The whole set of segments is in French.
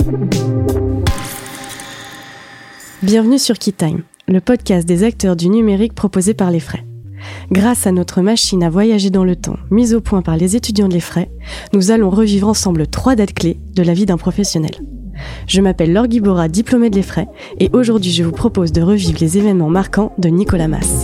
Bienvenue sur KeyTime, le podcast des acteurs du numérique proposé par Les Frais. Grâce à notre machine à voyager dans le temps, mise au point par les étudiants de Les Frais, nous allons revivre ensemble 3 dates clés de la vie d'un professionnel. Je m'appelle Laure Guibora, diplômée de Les Frais, et aujourd'hui je vous propose de revivre les événements marquants de Nicolas Mas.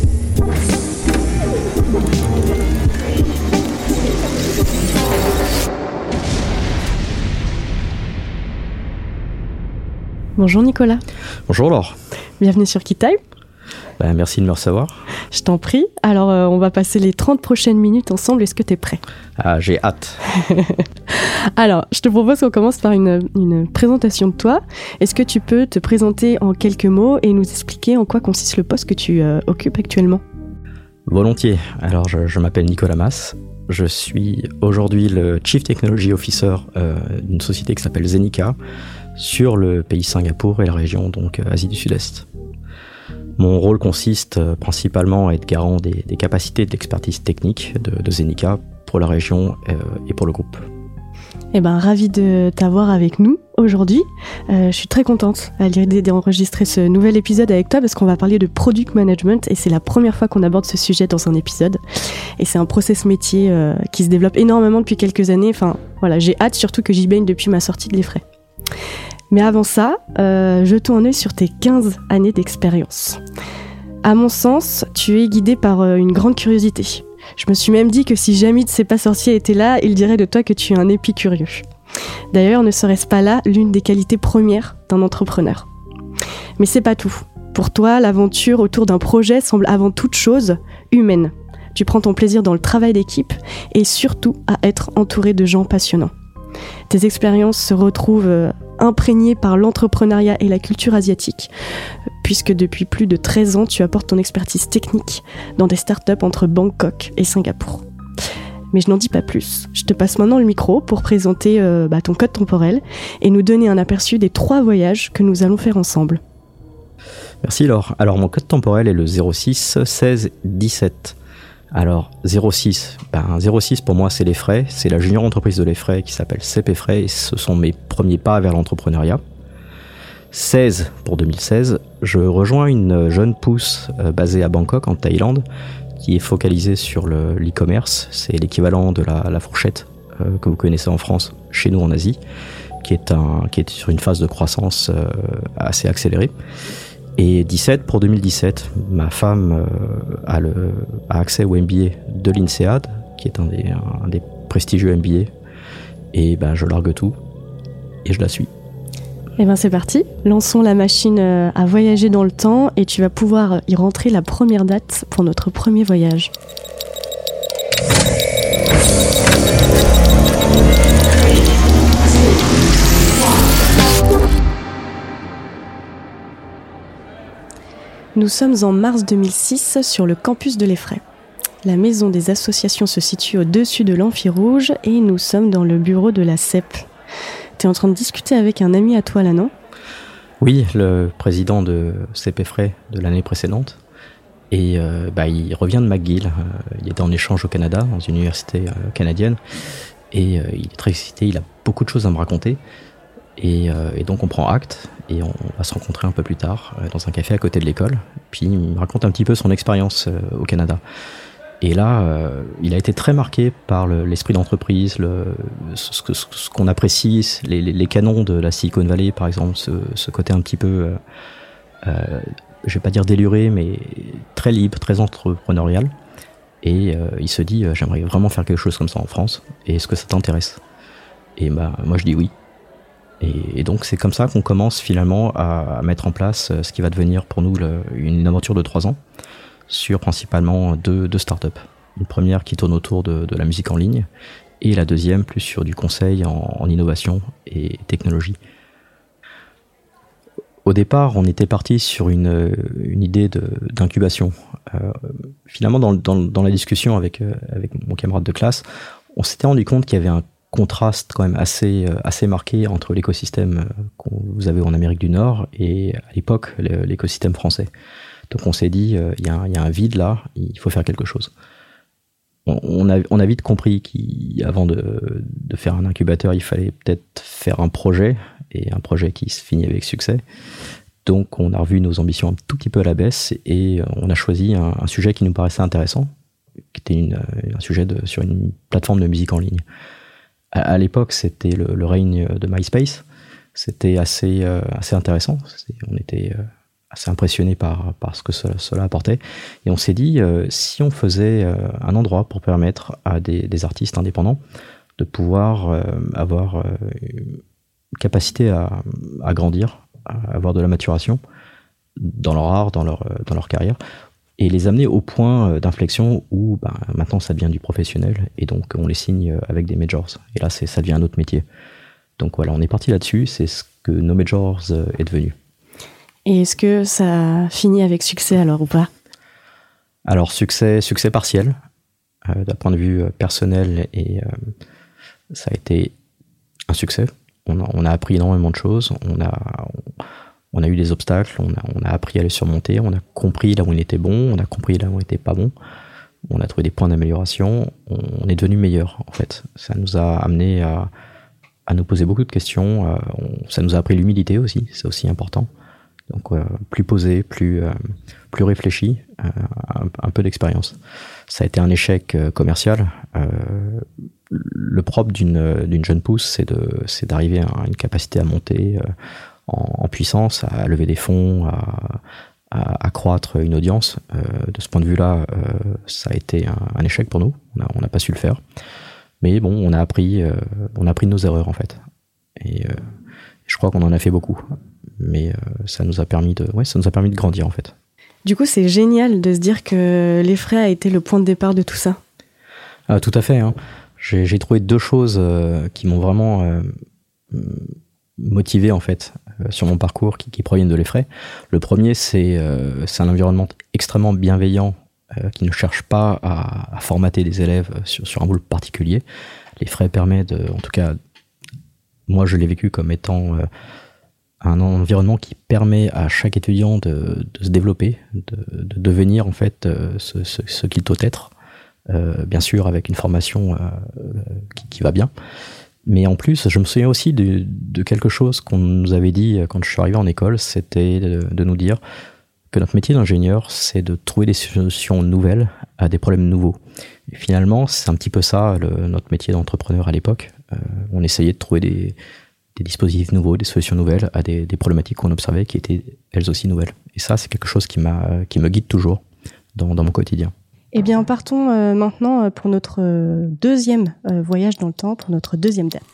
Bonjour Nicolas. Bonjour Laure. Bienvenue sur KeyTime. Merci de me recevoir. Je t'en prie. Alors, on va passer les 30 prochaines minutes ensemble. Est-ce que tu es prêt ? J'ai hâte. Alors, je te propose qu'on commence par une présentation de toi. Est-ce que tu peux te présenter en quelques mots et nous expliquer en quoi consiste le poste que tu occupes actuellement ? Volontiers. Alors, je m'appelle Nicolas Mas. Je suis aujourd'hui le Chief Technology Officer d'une société qui s'appelle Zenica sur le pays Singapour et la région donc Asie du Sud-Est. Mon rôle consiste principalement à être garant des capacités d'expertise technique de Zenica pour la région et pour le groupe. Ravi de t'avoir avec nous aujourd'hui. Je suis très contente à l'idée d'enregistrer ce nouvel épisode avec toi parce qu'on va parler de product management et c'est la première fois qu'on aborde ce sujet dans un épisode. Et c'est un process métier qui se développe énormément depuis quelques années. Enfin, voilà, j'ai hâte surtout que j'y baigne depuis ma sortie de Les Frais. Mais avant ça, jetons un œil sur tes 15 années d'expérience. À mon sens, tu es guidé par une grande curiosité. Je me suis même dit que si Jamie de C'est pas sorcier était là, il dirait de toi que tu es un épicurieux. D'ailleurs, ne serait-ce pas là l'une des qualités premières d'un entrepreneur. Mais c'est pas tout. Pour toi, l'aventure autour d'un projet semble avant toute chose humaine. Tu prends ton plaisir dans le travail d'équipe et surtout à être entouré de gens passionnants. Tes expériences se retrouvent imprégnées par l'entrepreneuriat et la culture asiatique, puisque depuis plus de 13 ans, tu apportes ton expertise technique dans des startups entre Bangkok et Singapour. Mais je n'en dis pas plus. Je te passe maintenant le micro pour présenter ton code temporel et nous donner un aperçu des 3 voyages que nous allons faire ensemble. Merci Laure. Alors mon code temporel est le 06 16 17. Alors 06, 06 pour moi c'est Les Frais, c'est la junior entreprise de Les Frais qui s'appelle CP Frais et ce sont mes premiers pas vers l'entrepreneuriat. 16 pour 2016, je rejoins une jeune pousse basée à Bangkok en Thaïlande qui est focalisée sur l'e-commerce, c'est l'équivalent de la fourchette que vous connaissez en France, chez nous en Asie, qui est sur une phase de croissance assez accélérée. Et 17 pour 2017, ma femme a accès au MBA de l'INSEAD, qui est un des prestigieux MBA. Et je largue tout et je la suis. C'est parti, lançons la machine à voyager dans le temps et tu vas pouvoir y rentrer la première date pour notre premier voyage. Nous sommes en mars 2006 sur le campus de Les Frais. La maison des associations se situe au-dessus de l'Amphi Rouge et nous sommes dans le bureau de la CEP. Tu es en train de discuter avec un ami à toi là, non ? Oui, le président de CP Frais de l'année précédente. Et il revient de McGill. Il était en échange au Canada, dans une université canadienne. Et il est très excité, il a beaucoup de choses à me raconter. Et donc on prend acte et on va se rencontrer un peu plus tard dans un café à côté de l'école. Puis il me raconte un petit peu son expérience au Canada. Et là, il a été très marqué par l'esprit d'entreprise, ce qu'on apprécie, les canons de la Silicon Valley par exemple, ce côté un petit peu, je vais pas dire déluré, mais très libre, très entrepreneurial. Et il se dit, j'aimerais vraiment faire quelque chose comme ça en France. Et est-ce que ça t'intéresse ? Et moi je dis oui. Et donc c'est comme ça qu'on commence finalement à mettre en place ce qui va devenir pour nous une aventure de 3 ans sur principalement deux startups. Une première qui tourne autour de la musique en ligne et la deuxième plus sur du conseil en innovation et technologie. Au départ, on était parti sur une idée d'incubation. Finalement, dans la discussion avec mon camarade de classe, on s'était rendu compte qu'il y avait un contraste quand même assez marqué entre l'écosystème que vous avez en Amérique du Nord et à l'époque l'écosystème français. Donc on s'est dit, il y a un vide là, il faut faire quelque chose. on a vite compris qu'avant de faire un incubateur, il fallait peut-être faire un projet, et un projet qui se finit avec succès. Donc on a revu nos ambitions un tout petit peu à la baisse, et on a choisi un sujet qui nous paraissait intéressant, qui était un sujet sur une plateforme de musique en ligne. À l'époque, c'était le règne de MySpace. C'était assez intéressant. On était assez impressionnés par ce que cela apportait. Et on s'est dit, si on faisait un endroit pour permettre à des artistes indépendants de pouvoir avoir une capacité à grandir, à avoir de la maturation dans leur art, dans leur carrière, et les amener au point d'inflexion où maintenant ça devient du professionnel, et donc on les signe avec des majors. Et là, ça devient un autre métier. Donc voilà, on est parti là-dessus, c'est ce que No Majors est devenu. Et est-ce que ça finit avec succès alors ou pas ? Alors succès partiel, d'un point de vue personnel, et ça a été un succès. On a appris énormément de choses, on a eu des obstacles, on a appris à les surmonter, on a compris là où on était bon, on a compris là où on n'était pas bon, on a trouvé des points d'amélioration, on est devenu meilleur en fait. Ça nous a amené à nous poser beaucoup de questions, ça nous a appris l'humilité aussi, c'est aussi important. Donc plus posé, plus réfléchi, un peu d'expérience. Ça a été un échec commercial. Le propre d'une jeune pousse, c'est d'arriver à une capacité à monter en puissance, à lever des fonds, à accroître une audience. De ce point de vue-là, ça a été un échec pour nous. On n'a pas su le faire. Mais bon, on a appris de nos erreurs en fait. Et je crois qu'on en a fait beaucoup. Mais ça nous a permis de grandir en fait. Du coup, c'est génial de se dire que les frais a été le point de départ de tout ça. Tout à fait. Hein. J'ai trouvé deux choses qui m'ont vraiment motivé en fait sur mon parcours qui proviennent de l'Effray. Le premier, c'est un environnement extrêmement bienveillant qui ne cherche pas à formater des élèves sur un rôle particulier. L'Effray permet en tout cas, moi je l'ai vécu comme étant un environnement qui permet à chaque étudiant de se développer, de devenir en fait ce qu'il doit être, bien sûr avec une formation qui va bien. Mais en plus, je me souviens aussi de quelque chose qu'on nous avait dit quand je suis arrivé en école, c'était de nous dire que notre métier d'ingénieur, c'est de trouver des solutions nouvelles à des problèmes nouveaux. Et finalement, c'est un petit peu ça notre métier d'entrepreneur à l'époque. On essayait de trouver des dispositifs nouveaux, des solutions nouvelles à des problématiques qu'on observait qui étaient elles aussi nouvelles. Et ça, c'est quelque chose qui me guide toujours dans mon quotidien. Eh bien, partons maintenant pour notre deuxième voyage dans le temps, pour notre deuxième date.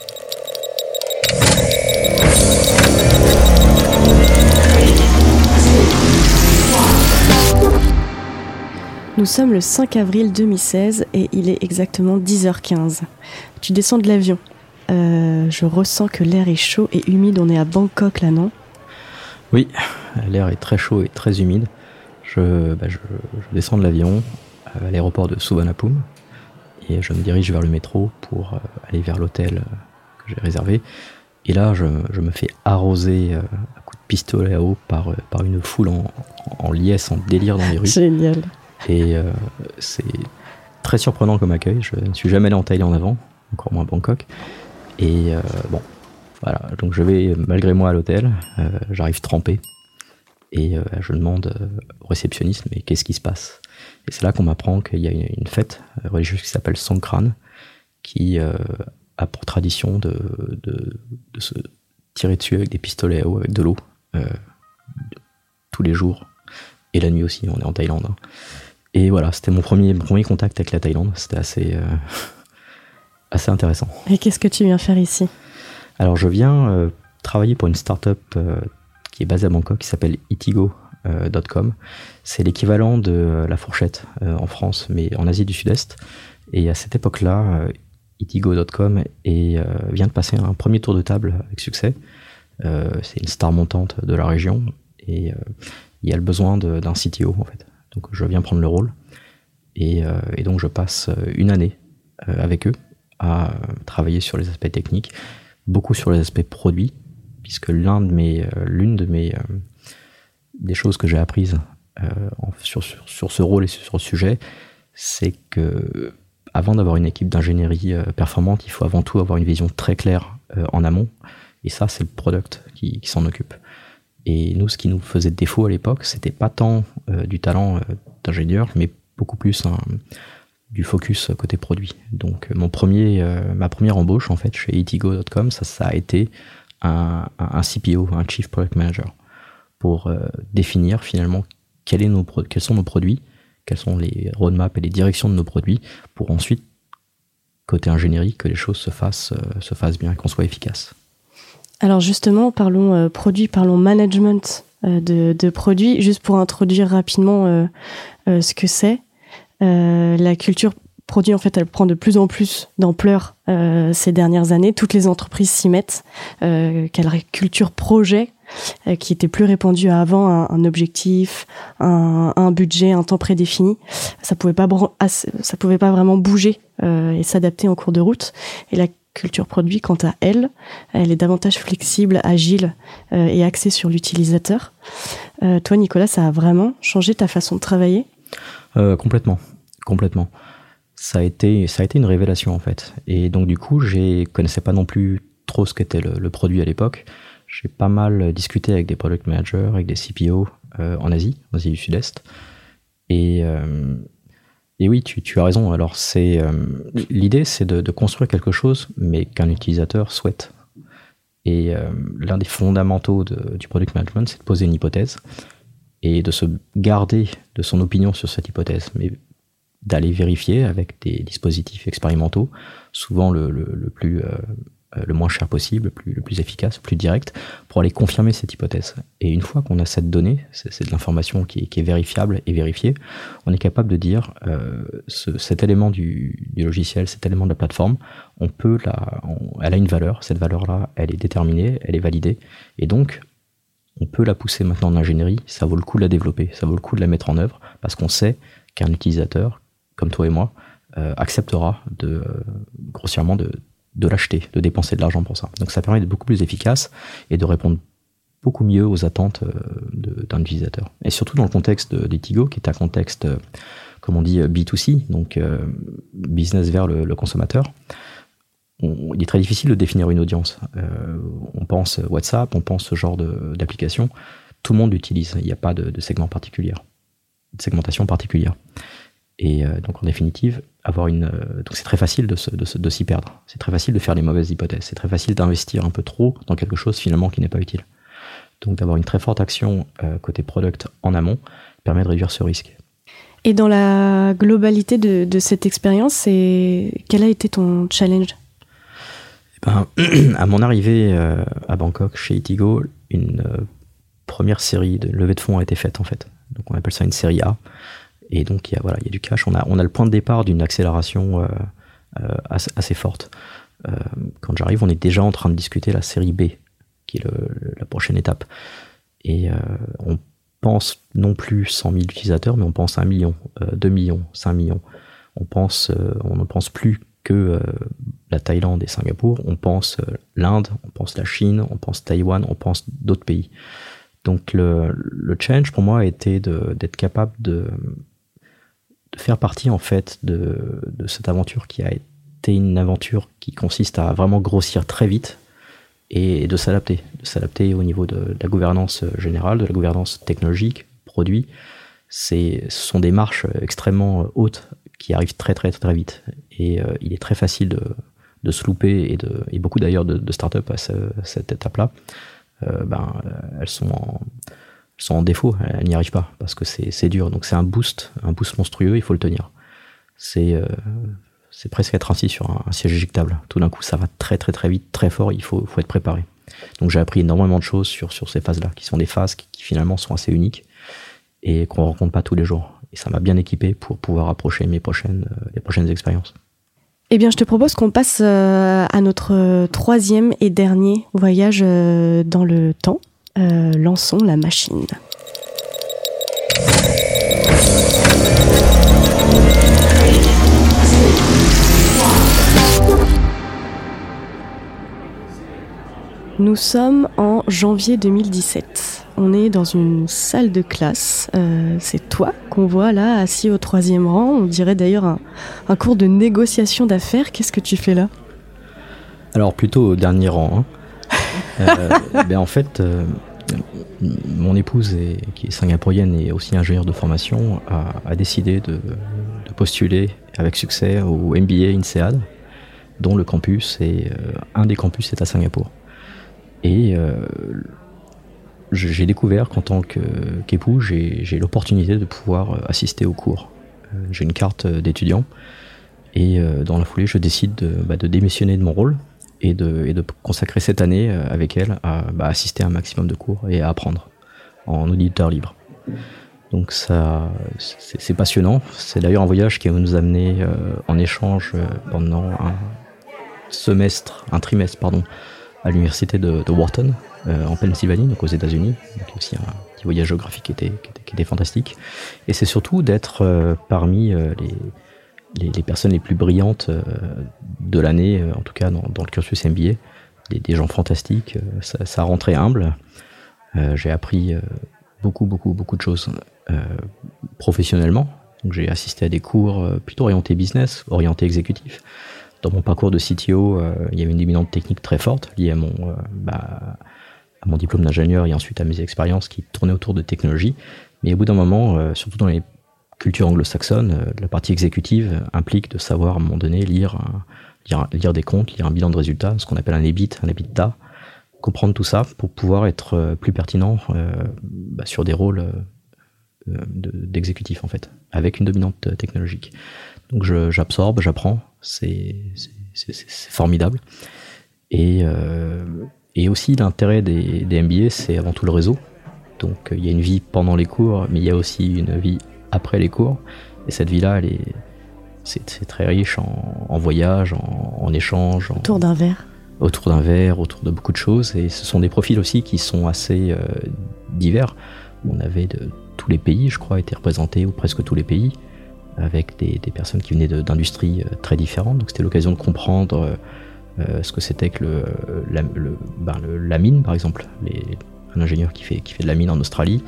Nous sommes le 5 avril 2016 et il est exactement 10h15. Tu descends de l'avion. Je ressens que l'air est chaud et humide. On est à Bangkok là, non ? Oui, l'air est très chaud et très humide. Je descends de l'avion à l'aéroport de Suvarnabhumi et je me dirige vers le métro pour aller vers l'hôtel que j'ai réservé. Et là, je me fais arroser à coups de pistolet à eau par une foule en liesse, en délire dans les rues. Génial. Et c'est très surprenant comme accueil. Je ne suis jamais allé en Thaïlande avant, encore moins à Bangkok. Et voilà. Donc je vais malgré moi à l'hôtel. J'arrive trempé. Et je demande au réceptionniste, mais qu'est-ce qui se passe ? Et c'est là qu'on m'apprend qu'il y a une fête religieuse qui s'appelle Songkran, qui a pour tradition de se tirer dessus avec des pistolets à eau, avec de l'eau, tous les jours. Et la nuit aussi, on est en Thaïlande. Hein. Et voilà, c'était mon premier contact avec la Thaïlande. C'était assez intéressant. Et qu'est-ce que tu viens faire ici ? Alors je viens travailler pour une start-up qui est basée à Bangkok, qui s'appelle Eatigo.com. C'est l'équivalent de La Fourchette en France, mais en Asie du Sud-Est. Et à cette époque-là, Eatigo.com vient de passer un premier tour de table avec succès. C'est une star montante de la région et il y a le besoin d'un CTO en fait. Donc je viens prendre le rôle et donc je passe une année avec eux à travailler sur les aspects techniques, beaucoup sur les aspects produits, puisque l'une des choses que j'ai apprises sur ce rôle et sur ce sujet, c'est que avant d'avoir une équipe d'ingénierie performante, il faut avant tout avoir une vision très claire en amont. Et ça, c'est le product qui s'en occupe. Et nous, ce qui nous faisait défaut à l'époque, c'était pas tant du talent d'ingénieur, mais beaucoup plus du focus côté produit. Donc ma première embauche en fait chez Itigo.com, ça a été un CPO, un Chief Product Manager, pour définir finalement quels sont nos produits, quelles sont les roadmaps et les directions de nos produits, pour ensuite, côté ingénierie, que les choses se fassent bien et qu'on soit efficace. Alors justement, parlons produit, parlons management de produits, juste pour introduire rapidement ce que c'est. La culture produit, en fait, elle prend de plus en plus d'ampleur ces dernières années. Toutes les entreprises s'y mettent. Quelle culture projet qui était plus répandue avant, un objectif, un budget, un temps prédéfini. Ça pouvait pas vraiment bouger et s'adapter en cours de route. Et la culture produit, quant à elle est davantage flexible, agile et axée sur l'utilisateur. Toi, Nicolas, ça a vraiment changé ta façon de travailler ? Complètement. Ça a été une révélation en fait. Et donc du coup, je connaissais pas non plus trop ce qu'était le produit à l'époque. J'ai pas mal discuté avec des product managers, avec des CPO en Asie du Sud-Est. Et oui, tu as raison. Alors l'idée, c'est de construire quelque chose, mais qu'un utilisateur souhaite. Et l'un des fondamentaux du product management, c'est de poser une hypothèse et de se garder de son opinion sur cette hypothèse, mais d'aller vérifier avec des dispositifs expérimentaux, souvent le moins cher possible, le plus efficace, le plus direct, pour aller confirmer cette hypothèse. Et une fois qu'on a cette donnée, c'est de l'information qui est vérifiable et vérifiée, on est capable de dire cet élément du logiciel, cet élément de la plateforme, elle a une valeur, cette valeur-là, elle est déterminée, elle est validée, et donc on peut la pousser maintenant en ingénierie, ça vaut le coup de la développer, ça vaut le coup de la mettre en œuvre, parce qu'on sait qu'un utilisateur, comme toi et moi, acceptera grossièrement de l'acheter, de dépenser de l'argent pour ça. Donc ça permet d'être beaucoup plus efficace et de répondre beaucoup mieux aux attentes d'un utilisateur. Et surtout dans le contexte d'Itigo, qui est un contexte, comme on dit, B2C, donc business vers le consommateur, il est très difficile de définir une audience. On pense WhatsApp, on pense ce genre d'application. Tout le monde l'utilise. Il n'y a pas de segmentation particulière. Et donc en définitive, donc c'est très facile de s'y perdre. C'est très facile de faire les mauvaises hypothèses. C'est très facile d'investir un peu trop dans quelque chose finalement qui n'est pas utile. Donc d'avoir une très forte action côté product en amont permet de réduire ce risque. Et dans la globalité de cette expérience, quel a été ton challenge ? À mon arrivée à Bangkok, chez Itigo, une première série de levée de fonds a été faite en fait. Donc on appelle ça une série A. Et donc il y a du cash. On a le point de départ d'une accélération assez forte. Quand j'arrive, on est déjà en train de discuter la série B, qui est la prochaine étape. Et on pense non plus 100 000 utilisateurs, mais on pense 1 million, 2 millions, 5 millions. On ne pense plus que la Thaïlande et Singapour, on pense l'Inde, on pense la Chine, on pense Taïwan, on pense d'autres pays. Donc le challenge pour moi a été d'être capable de faire partie en fait de cette aventure qui a été une aventure qui consiste à vraiment grossir très vite et de s'adapter au niveau de la gouvernance générale, de la gouvernance technologique, produit. Ce sont des marches extrêmement hautes qui arrivent très très très vite. Et il est très facile de se louper, et beaucoup d'ailleurs de startups à cette étape-là, elles sont en défaut, elles n'y arrivent pas, parce que c'est dur. Donc c'est un boost monstrueux, il faut le tenir. C'est presque être assis sur un siège éjectable. Tout d'un coup, ça va très très très vite, très fort, il faut être préparé. Donc j'ai appris énormément de choses sur ces phases-là, qui sont des phases qui finalement sont assez uniques et qu'on ne rencontre pas tous les jours. Et ça m'a bien équipé pour pouvoir approcher les prochaines expériences. Eh bien, je te propose qu'on passe à notre troisième et dernier voyage dans le temps. Lançons la machine. Nous sommes en janvier 2017. on est dans une salle de classe. C'est toi qu'on voit là, assis au 3e rang. On dirait d'ailleurs un cours de négociation d'affaires. Qu'est-ce que tu fais là ? Alors plutôt au dernier rang. En fait, mon épouse, qui est singapourienne et aussi ingénieure de formation, a décidé de postuler avec succès au MBA INSEAD, dont le campus un des campus est à Singapour. Et j'ai découvert qu'en tant qu'époux, j'ai l'opportunité de pouvoir assister aux cours. J'ai une carte d'étudiant et dans la foulée, je décide de démissionner de mon rôle et de consacrer cette année avec elle à assister à un maximum de cours et à apprendre en auditeur libre. Donc ça, c'est passionnant. C'est d'ailleurs un voyage qui nous a amené en échange pendant un trimestre, à l'université de Wharton, en Pennsylvanie, donc aux États-Unis. Donc aussi un petit voyage géographique qui était fantastique. Et c'est surtout d'être parmi les personnes les plus brillantes de l'année, en tout cas dans le cursus MBA, des gens fantastiques. Ça rend très humble. J'ai appris beaucoup de choses professionnellement. Donc j'ai assisté à des cours plutôt orientés business, orientés exécutif. Dans mon parcours de CTO, il y avait une dominante technique très forte liée à mon diplôme d'ingénieur et ensuite à mes expériences qui tournaient autour de technologie. Mais au bout d'un moment, surtout dans les culture anglo-saxonne, la partie exécutive implique de savoir à un moment donné lire des comptes, lire un bilan de résultats, ce qu'on appelle un EBIT, un EBITDA, comprendre tout ça pour pouvoir être plus pertinent sur des rôles d'exécutif en fait, avec une dominante technologique. Donc j'absorbe, j'apprends, c'est formidable. Et aussi l'intérêt des MBA, c'est avant tout le réseau. Donc il y a une vie pendant les cours, mais il y a aussi une vie après les cours, et cette vie-là, c'est très riche en voyage, en échange. Autour d'un verre, autour de beaucoup de choses, et ce sont des profils aussi qui sont assez divers. On avait tous les pays, je crois, étaient représentés, ou presque tous les pays, avec des personnes qui venaient d'industries très différentes, donc c'était l'occasion de comprendre ce que c'était que la mine, par exemple, un ingénieur qui fait de la mine en Australie,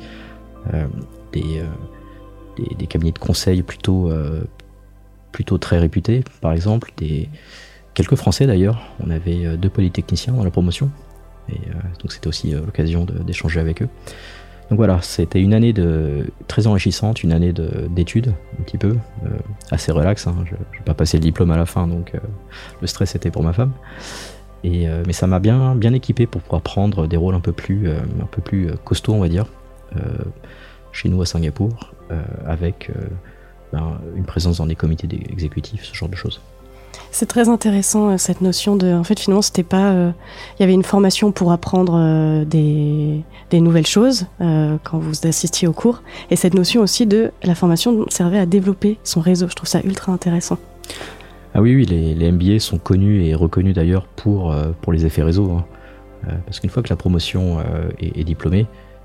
des cabinets de conseil plutôt très réputés, par exemple, quelques Français d'ailleurs. On avait 2 polytechniciens dans la promotion, et donc c'était aussi l'occasion d'échanger avec eux. Donc voilà, c'était une année très enrichissante, une année d'études, un petit peu, assez relax. Je n'ai pas passé le diplôme à la fin, donc le stress était pour ma femme. Mais ça m'a bien équipé pour pouvoir prendre des rôles un peu plus costauds, on va dire, chez nous à Singapour, avec une présence dans des comités exécutifs, ce genre de choses. C'est très intéressant cette notion de, en fait, finalement, c'était pas, il y avait une formation pour apprendre des nouvelles choses quand vous assistiez aux cours, et cette notion aussi de la formation servait à développer son réseau. Je trouve ça ultra intéressant. Ah oui, les MBA sont connus et reconnus d'ailleurs pour les effets réseau, parce qu'une fois que la promotion est diplômée,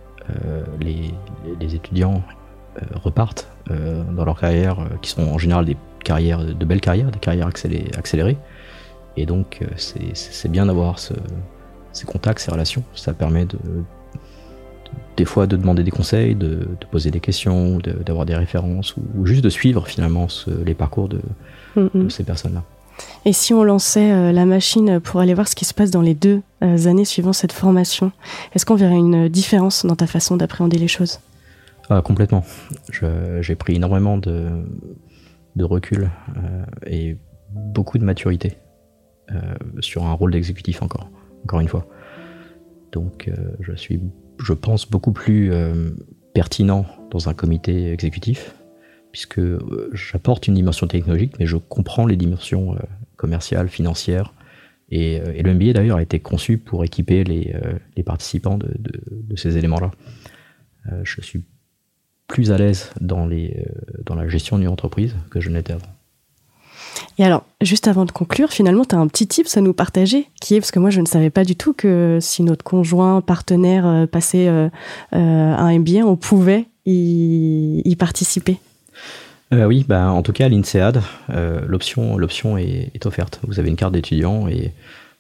les étudiants repartent dans leur carrière, qui sont en général de belles carrières, des carrières accélérées. Et donc c'est bien d'avoir ces contacts, ces relations. Ça permet des fois de demander des conseils, de poser des questions, d'avoir des références, ou juste de suivre finalement les parcours de ces personnes-là. Et si on lançait la machine pour aller voir ce qui se passe dans les 2 années suivant cette formation, est-ce qu'on verrait une différence dans ta façon d'appréhender les choses ? Complètement. J'ai pris énormément de recul et beaucoup de maturité sur un rôle d'exécutif encore une fois. Donc je pense, beaucoup plus pertinent dans un comité exécutif, puisque j'apporte une dimension technologique, mais je comprends les dimensions commerciales, financières, et le MBA d'ailleurs a été conçu pour équiper les participants de ces éléments-là. Je suis plus à l'aise dans la gestion d'une entreprise que je n'étais avant. Et alors, juste avant de conclure, finalement, tu as un petit tips à nous partager, qui est, parce que moi, je ne savais pas du tout que si notre conjoint, partenaire passait un MBA, on pouvait y participer. Oui, en tout cas, à l'INSEAD, l'option est offerte. Vous avez une carte d'étudiant et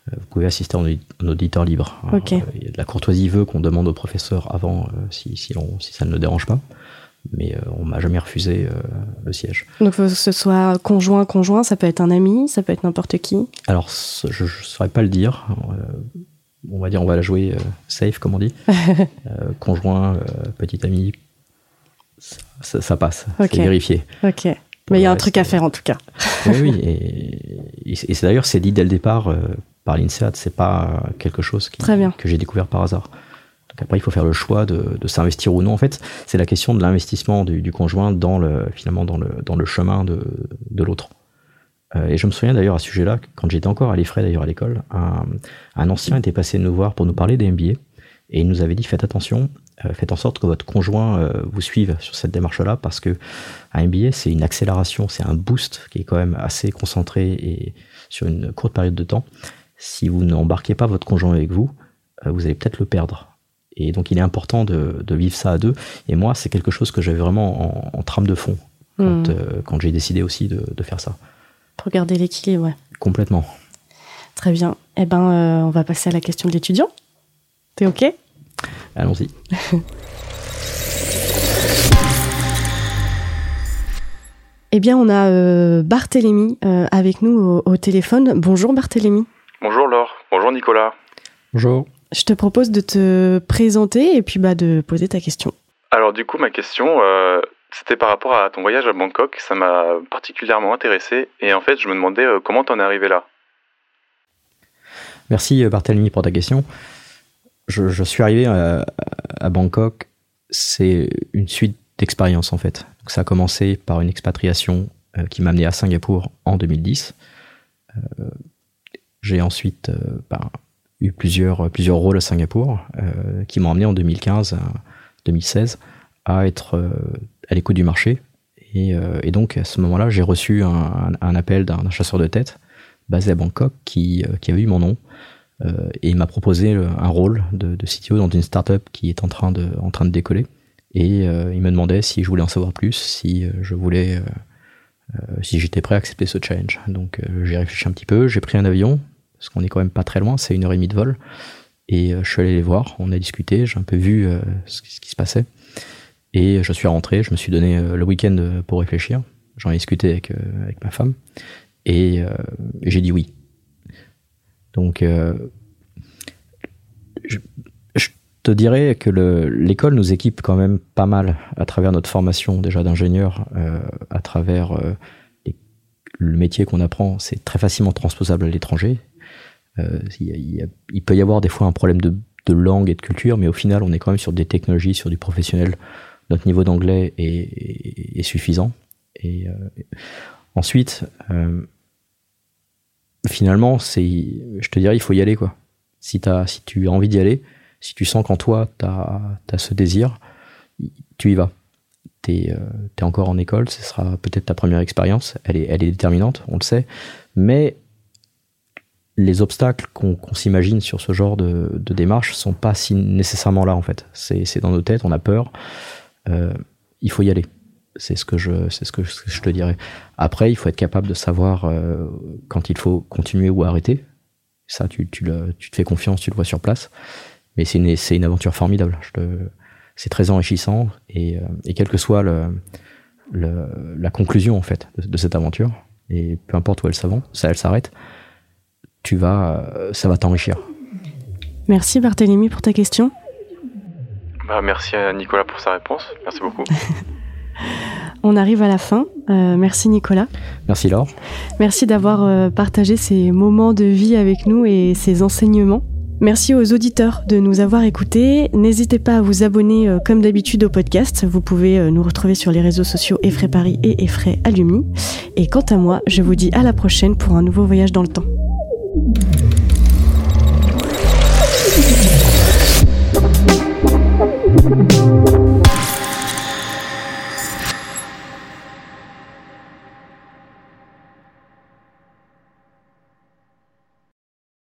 vous pouvez assister en auditeur libre. Okay. La courtoisie veut qu'on demande au professeur avant si ça ne le dérange pas. Mais on m'a jamais refusé le siège. Donc que ce soit conjoint, ça peut être un ami, ça peut être n'importe qui. Alors je saurais pas le dire. On va dire on va la jouer safe comme on dit. Conjoint, petit ami, ça passe. Okay. C'est vérifié. Ok. Mais il y a un truc à faire en tout cas. Oui. Et c'est d'ailleurs c'est dit dès le départ par l'INSEAD. C'est pas quelque chose que j'ai découvert par hasard. Donc après, il faut faire le choix de s'investir ou non. En fait, c'est la question de l'investissement du conjoint dans le chemin de l'autre. Et je me souviens d'ailleurs à ce sujet-là, quand j'étais encore à l'EFRE d'ailleurs à l'école, un ancien était passé nous voir pour nous parler des MBA. Et il nous avait dit, faites attention, faites en sorte que votre conjoint vous suive sur cette démarche-là, parce que un MBA, c'est une accélération, c'est un boost qui est quand même assez concentré et sur une courte période de temps. Si vous n'embarquez pas votre conjoint avec vous, vous allez peut-être le perdre. Et donc, il est important de vivre ça à deux. Et moi, c'est quelque chose que j'avais vraiment en trame de fond quand j'ai décidé aussi de faire ça. Pour garder l'équilibre, ouais. Complètement. Très bien. Eh ben, on va passer à la question de l'étudiant. T'es OK ? Allons-y. Eh bien, on a Barthélémy avec nous au téléphone. Bonjour Barthélémy. Bonjour Laure. Bonjour Nicolas. Bonjour. Je te propose de te présenter et puis de poser ta question. Alors du coup, ma question, c'était par rapport à ton voyage à Bangkok. Ça m'a particulièrement intéressé et en fait, je me demandais comment t'en es arrivé là. Merci Barthélémy pour ta question. Je suis arrivé à Bangkok, c'est une suite d'expériences en fait. Donc, ça a commencé par une expatriation qui m'a amené à Singapour en 2010. J'ai ensuite eu plusieurs rôles à Singapour qui m'ont amené en 2015-2016 à être à l'écoute du marché. Et donc, à ce moment-là, j'ai reçu un appel d'un chasseur de tête basé à Bangkok qui avait eu mon nom et il m'a proposé un rôle de CTO dans une startup qui est en train de décoller. Et il me demandait si je voulais en savoir plus, si j'étais prêt à accepter ce challenge. Donc, j'ai réfléchi un petit peu, j'ai pris un avion, parce qu'on est quand même pas très loin, c'est 1h30 de vol. Et je suis allé les voir, on a discuté, j'ai un peu vu ce qui se passait. Et je suis rentré, je me suis donné le week-end pour réfléchir. J'en ai discuté avec ma femme. Et j'ai dit oui. Donc, je te dirais que l'école nous équipe quand même pas mal à travers notre formation déjà d'ingénieur, à travers le métier qu'on apprend. C'est très facilement transposable à l'étranger. Il peut y avoir des fois un problème de langue et de culture, mais au final, on est quand même sur des technologies, sur du professionnel. Notre niveau d'anglais est suffisant. Et ensuite, finalement, je te dirais, il faut y aller, quoi. Si tu as envie d'y aller, si tu sens qu'en toi, t'as ce désir, tu y vas. T'es encore en école, ce sera peut-être ta première expérience. Elle est déterminante, on le sait. Mais les obstacles qu'on s'imagine sur ce genre de démarche sont pas si nécessairement là, en fait. C'est dans nos têtes, on a peur. Il faut y aller. C'est ce que je te dirais. Après, il faut être capable de savoir quand il faut continuer ou arrêter. Ça, tu te fais confiance, tu le vois sur place. Mais c'est une aventure formidable. C'est très enrichissant et quelle que soit la conclusion en fait de cette aventure, et peu importe où elle s'arrête, ça va t'enrichir. Merci Barthélémy pour ta question. Merci à Nicolas pour sa réponse. Merci beaucoup. On arrive à la fin. Merci Nicolas. Merci Laure. Merci d'avoir partagé ces moments de vie avec nous et ces enseignements. Merci aux auditeurs de nous avoir écoutés. N'hésitez pas à vous abonner comme d'habitude au podcast. Vous pouvez nous retrouver sur les réseaux sociaux EFRE Paris et EFRE Alumni. Et quant à moi, je vous dis à la prochaine pour un nouveau voyage dans le temps.